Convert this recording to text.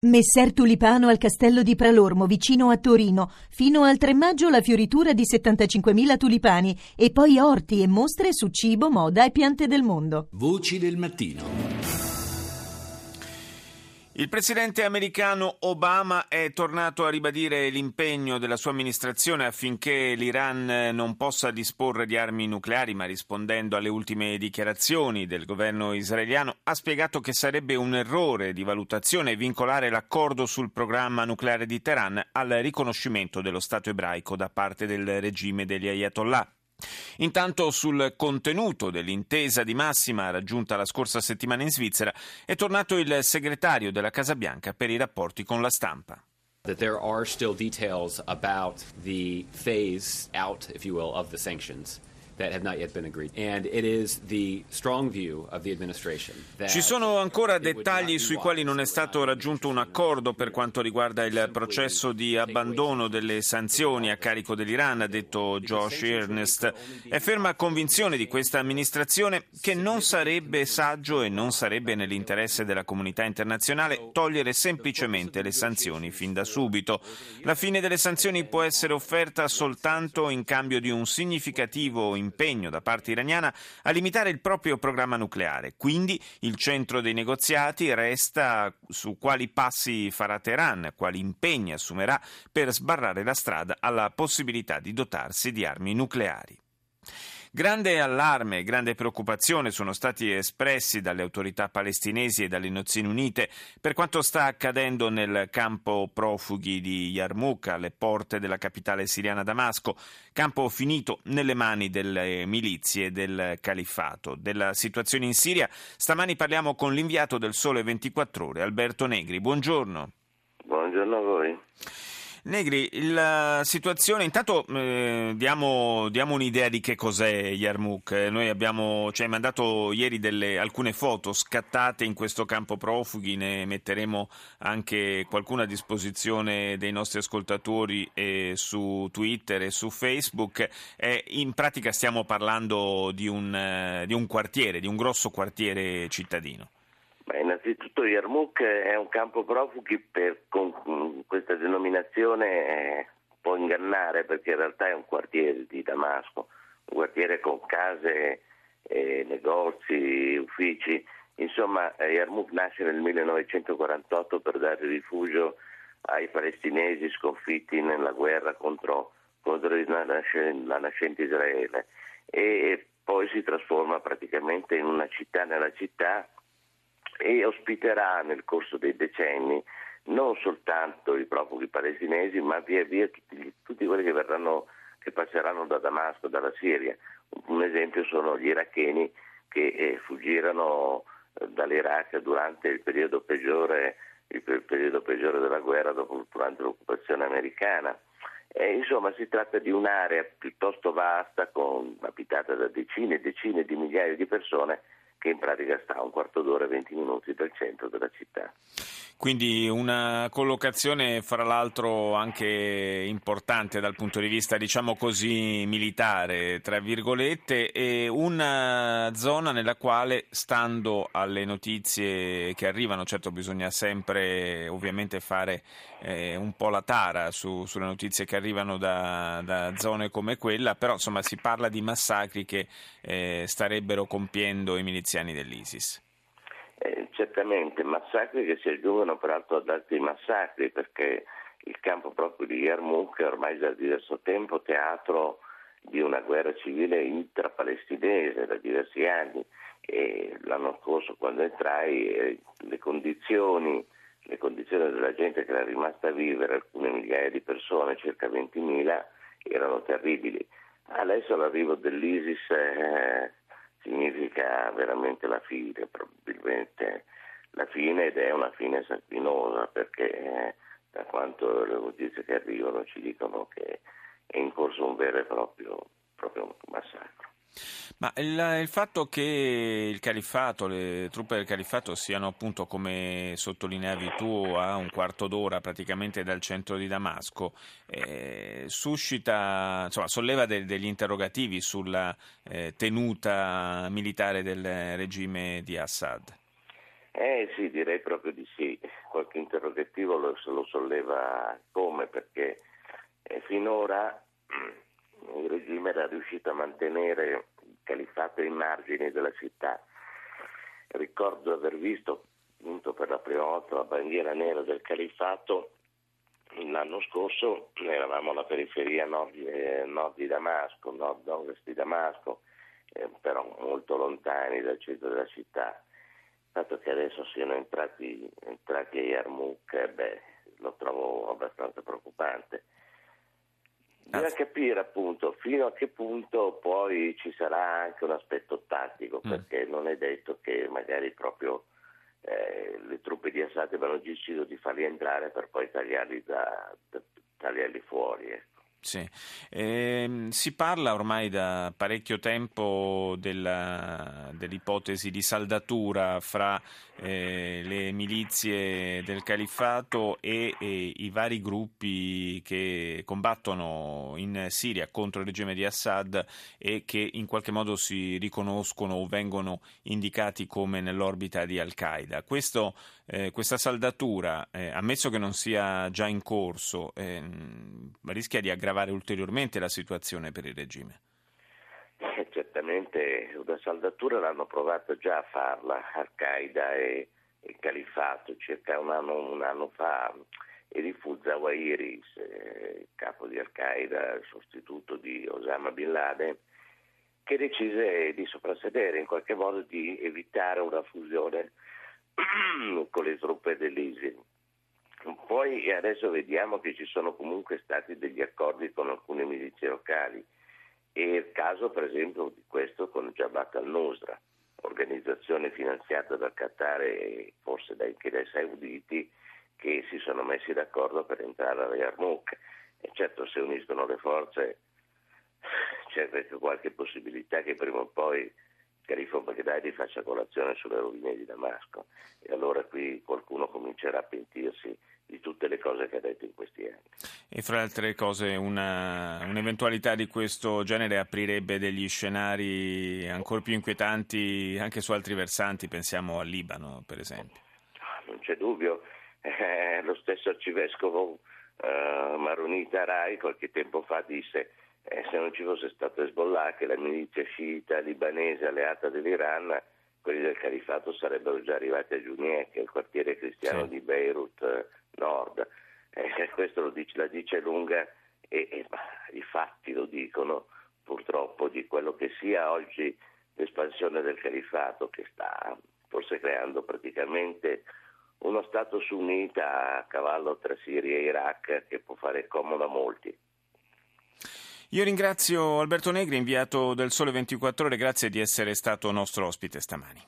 Messer Tulipano al castello di Pralormo, vicino a Torino. Fino al 3 maggio la fioritura di 75.000 tulipani e poi orti e mostre su cibo, moda e piante del mondo. Voci del mattino. Il presidente americano Obama è tornato a ribadire l'impegno della sua amministrazione affinché l'Iran non possa disporre di armi nucleari, ma rispondendo alle ultime dichiarazioni del governo israeliano ha spiegato che sarebbe un errore di valutazione vincolare l'accordo sul programma nucleare di Teheran al riconoscimento dello Stato ebraico da parte del regime degli Ayatollah. Intanto sul contenuto dell'intesa di massima raggiunta la scorsa settimana in Svizzera è tornato il segretario della Casa Bianca per i rapporti con la stampa. That there are still details about the phase out, if you will, of the sanctions that have not yet been agreed. And it is the strong view of the administration that Ci sono ancora dettagli sui quali non è stato raggiunto un accordo per quanto riguarda il processo di abbandono delle sanzioni a carico dell'Iran, ha detto Josh Earnest. È ferma convinzione di questa amministrazione che non sarebbe saggio e non sarebbe nell'interesse della comunità internazionale togliere semplicemente le sanzioni fin da subito. La fine delle sanzioni può essere offerta soltanto in cambio di un significativo impegno da parte iraniana a limitare il proprio programma nucleare. Quindi il centro dei negoziati resta su quali passi farà Teheran, quali impegni assumerà per sbarrare la strada alla possibilità di dotarsi di armi nucleari. Grande allarme e grande preoccupazione sono stati espressi dalle autorità palestinesi e dalle Nazioni Unite per quanto sta accadendo nel campo profughi di Yarmouk, alle porte della capitale siriana Damasco, campo finito nelle mani delle milizie del califfato. Della situazione in Siria stamani parliamo con l'inviato del Sole 24 Ore, Alberto Negri. Buongiorno. Buongiorno a voi. Negri, la situazione, intanto diamo un'idea di che cos'è Yarmouk. Noi ci hai mandato ieri alcune foto scattate in questo campo profughi, ne metteremo anche qualcuna a disposizione dei nostri ascoltatori su Twitter e su Facebook. In pratica stiamo parlando di un quartiere, di un grosso quartiere cittadino. Innanzitutto Yarmouk è un campo profughi con questa denominazione può ingannare, perché in realtà è un quartiere di Damasco, un quartiere con case, negozi, uffici. Insomma, Yarmouk nasce nel 1948 per dare rifugio ai palestinesi sconfitti nella guerra contro la nascente Israele, e poi si trasforma praticamente in una città nella città e ospiterà nel corso dei decenni non soltanto i profughi palestinesi, ma via via tutti quelli che passeranno da Damasco, dalla Siria. Un esempio sono gli iracheni che fuggirono dall'Iraq durante il periodo peggiore della guerra, durante l'occupazione americana. Insomma, si tratta di un'area piuttosto vasta, abitata da decine e decine di migliaia di persone, che in pratica sta a un quarto d'ora e 20 minuti dal centro della città. Quindi una collocazione, fra l'altro, anche importante dal punto di vista, diciamo così, militare, tra virgolette, e una zona nella quale, stando alle notizie che arrivano, certo bisogna sempre ovviamente fare un po' la tara sulle notizie che arrivano da zone come quella, però insomma si parla di massacri che starebbero compiendo i miliziani dell'ISIS. Certamente, massacri che si aggiungono peraltro ad altri massacri, perché il campo proprio di Yarmouk è ormai da diverso tempo teatro di una guerra civile intrapalestinese da diversi anni, e l'anno scorso, quando entrai, le condizioni della gente che era rimasta a vivere, alcune migliaia di persone, circa 20.000, erano terribili. Adesso l'arrivo dell'ISIS significa veramente la fine, probabilmente la fine, ed è una fine sanguinosa, perché da quanto le notizie che arrivano ci dicono che è in corso un vero e proprio massacro. Ma il fatto che il califfato, le truppe del califfato siano appunto, come sottolineavi tu, a un quarto d'ora praticamente dal centro di Damasco, suscita, insomma, solleva degli interrogativi sulla tenuta militare del regime di Assad. Sì, direi proprio di sì. Qualche l'interrogativo lo solleva come, perché finora il regime era riuscito a mantenere il califfato ai margini della città. Ricordo aver visto appunto per la prima volta la bandiera nera del califfato l'anno scorso. Noi eravamo alla periferia nord di Damasco, nord-ovest di Damasco, però molto lontani dal centro della città. Il fatto che adesso siano entrati a Yarmouk, lo trovo abbastanza preoccupante. Bisogna capire appunto fino a che punto poi ci sarà anche un aspetto tattico, perché non è detto che magari proprio le truppe di Assad abbiano deciso di farli entrare per poi tagliarli fuori. Ecco. Sì. Si parla ormai da parecchio tempo dell'ipotesi di saldatura fra le milizie del califfato e i vari gruppi che combattono in Siria contro il regime di Assad e che in qualche modo si riconoscono o vengono indicati come nell'orbita di Al-Qaeda. Questa saldatura, ammesso che non sia già in corso, rischia di aggravare ulteriormente la situazione per il regime. Certamente una saldatura l'hanno provato già a farla Al-Qaeda e il califfato circa un anno fa. Elifu Zawahiri, il capo di Al-Qaeda, il sostituto di Osama Bin Laden, che decise di soprassedere, in qualche modo di evitare una fusione con le truppe dell'ISIL. Poi adesso vediamo che ci sono comunque stati degli accordi con alcune milizie locali, e il caso per esempio di questo con Jabhat al-Nusra, organizzazione finanziata dal Qatar e forse anche dai sauditi, che si sono messi d'accordo per entrare a Yarmouk. E certo, se uniscono le forze c'è qualche possibilità che prima o poi il Califfo Baghdadi faccia colazione sulle rovine di Damasco, e allora qui qualcuno comincerà a pentirsi di tutte le cose che ha detto in questi anni. E fra le altre cose un'eventualità di questo genere aprirebbe degli scenari ancora più inquietanti anche su altri versanti, pensiamo al Libano per esempio. Non c'è dubbio, lo stesso arcivescovo Maronita Rai qualche tempo fa disse se non ci fosse stato Hezbollah, che è la milizia sciita libanese alleata dell'Iran, quelli del califfato sarebbero già arrivati a Jounieh, che è il quartiere cristiano di Beirut Nord. Questo la dice lunga, e i fatti lo dicono purtroppo, di quello che sia oggi l'espansione del califfato, che sta forse creando praticamente uno stato sunnita a cavallo tra Siria e Iraq, che può fare comodo a molti. Io ringrazio Alberto Negri, inviato del Sole 24 Ore, grazie di essere stato nostro ospite stamani.